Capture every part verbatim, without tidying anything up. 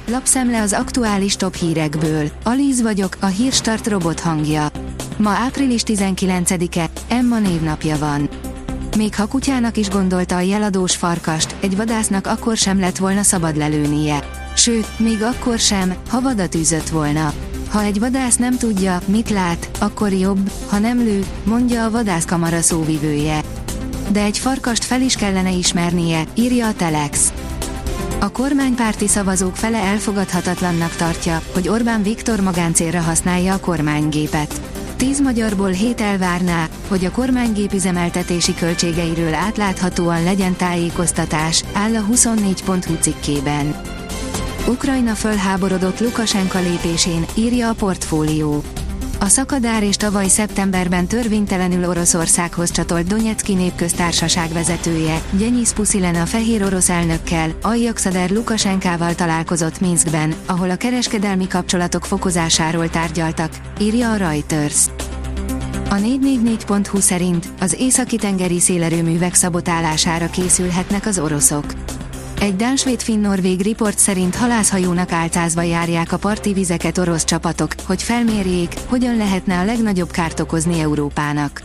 lapszemle az aktuális top hírekből. Alíz vagyok, a Hírstart robot hangja. Ma április tizenkilencedike, Emma névnapja van. Még ha kutyának is gondolta a jeladós farkast, egy vadásznak akkor sem lett volna szabad lelőnie. Sőt, még akkor sem, ha vadat űzött volna. Ha egy vadász nem tudja, mit lát, akkor jobb, ha nem lő, mondja a vadászkamara szóvivője. De egy farkast fel is kellene ismernie, írja a Telex. A kormánypárti szavazók fele elfogadhatatlannak tartja, hogy Orbán Viktor magáncélra használja a kormánygépet. Tíz magyarból hét elvárná, hogy a kormánygép üzemeltetési költségeiről átláthatóan legyen tájékoztatás, áll a huszonnégy pont hu cikkében. Ukrajna fölháborodott Lukasenka lépésén, írja a Portfólió. A szakadár és tavaly szeptemberben törvénytelenül Oroszországhoz csatolt Donetszki Népköztársaság vezetője, Gyenyisz Puszilin a fehér orosz elnökkel, Aljakszader Lukasenkával találkozott Minszkben, ahol a kereskedelmi kapcsolatok fokozásáról tárgyaltak, írja a Reuters. A négy négy négy pont hu szerint az északi-tengeri szélerőművek szabotálására készülhetnek az oroszok. Egy dán-svéd-finn-norvég riport szerint halászhajónak álcázva járják a parti vizeket orosz csapatok, hogy felmérjék, hogyan lehetne a legnagyobb kárt okozni Európának.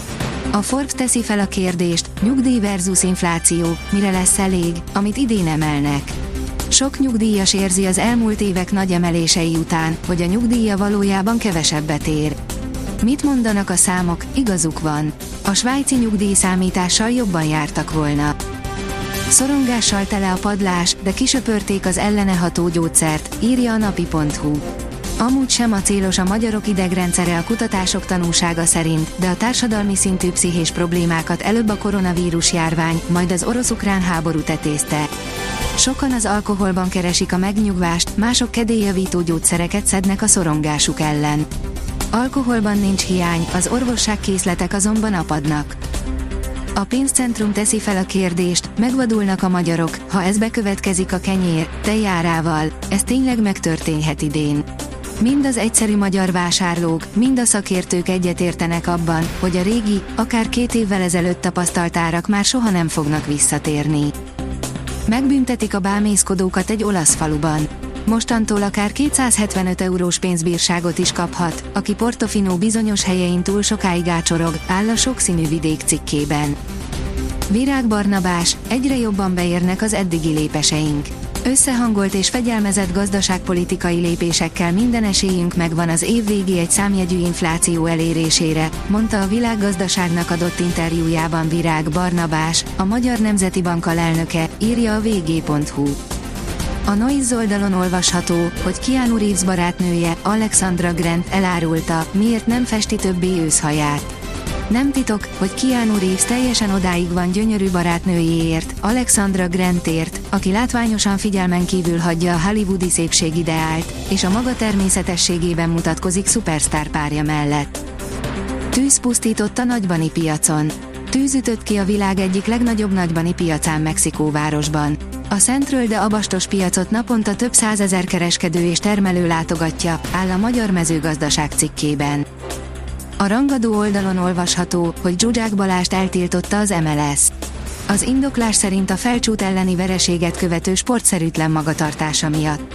A Forbes teszi fel a kérdést, nyugdíj versus infláció, mire lesz elég, amit idén emelnek. Sok nyugdíjas érzi az elmúlt évek nagy emelései után, hogy a nyugdíja valójában kevesebbet ér. Mit mondanak a számok, igazuk van. A svájci nyugdíjszámítással jobban jártak volna. Szorongással tele a padlás, de kisöpörték az ellene ható gyógyszert, írja a napi pont hu. Amúgy sem acélos a magyarok idegrendszere a kutatások tanúsága szerint, de a társadalmi szintű pszichés problémákat előbb a koronavírus járvány, majd az orosz-ukrán háború tetézte. Sokan az alkoholban keresik a megnyugvást, mások kedélyjavító gyógyszereket szednek a szorongásuk ellen. Alkoholban nincs hiány, az orvosságkészletek azonban apadnak. A pénzcentrum teszi fel a kérdést, megvadulnak a magyarok, ha ez bekövetkezik a kenyér, tej árával, ez tényleg megtörténhet idén. Mind az egyszerű magyar vásárlók, mind a szakértők egyetértenek abban, hogy a régi, akár két évvel ezelőtt tapasztalt árak már soha nem fognak visszatérni. Megbüntetik a bámészkodókat egy olasz faluban. Mostantól akár kétszázhetvenöt eurós pénzbírságot is kaphat, aki Portofino bizonyos helyein túl sokáig ácsorog, áll a sokszínű vidék cikkében. Virág Barnabás, egyre jobban beérnek az eddigi lépeseink. Összehangolt és fegyelmezett gazdaságpolitikai lépésekkel minden esélyünk megvan az év végi egy számjegyű infláció elérésére, mondta a Világgazdaságnak adott interjújában Virág Barnabás, a Magyar Nemzeti Bank alelnöke, írja a vg pont hu. A Noise oldalon olvasható, hogy Keanu Reeves barátnője, Alexandra Grant elárulta, miért nem festi többé őszhaját. Nem titok, hogy Keanu Reeves teljesen odáig van gyönyörű barátnőjéért, Alexandra Grantért, aki látványosan figyelmen kívül hagyja a hollywoodi szépségideált, és a maga természetességében mutatkozik szupersztár párja mellett. Tűz pusztított a nagybani piacon. Tűz ütött ki a világ egyik legnagyobb nagybani piacán Mexikóvárosban. A szentről de abastos piacot naponta több százezer kereskedő és termelő látogatja, áll a Magyar Mezőgazdaság cikkében. A rangadó oldalon olvasható, hogy Zsuzsák Balást eltiltotta az em el es. Az indoklás szerint a Felcsút elleni vereséget követő sportszerűtlen magatartása miatt.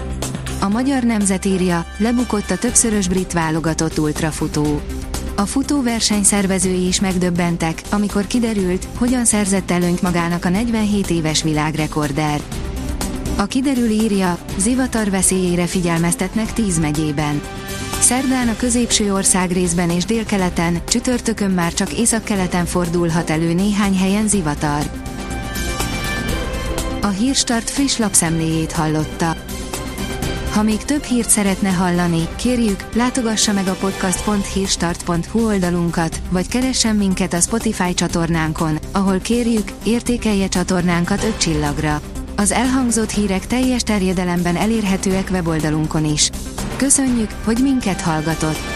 A Magyar Nemzet írja, lebukott a többszörös brit válogatott ultrafutó. A futóverseny szervezői is megdöbbentek, amikor kiderült, hogyan szerzett előnyt magának a negyvenhét éves világrekorder. A kiderül írja, zivatar veszélyére figyelmeztetnek tíz megyében. Szerdán a középső országrészben és délkeleten, csütörtökön már csak északkeleten fordulhat elő néhány helyen zivatar. A Hírstart friss lapszemléjét hallotta. Ha még több hírt szeretne hallani, kérjük, látogassa meg a podcast pont hírstart pont hu oldalunkat, vagy keressen minket a Spotify csatornánkon, ahol kérjük, értékelje csatornánkat öt csillagra. Az elhangzott hírek teljes terjedelemben elérhetőek weboldalunkon is. Köszönjük, hogy minket hallgatott!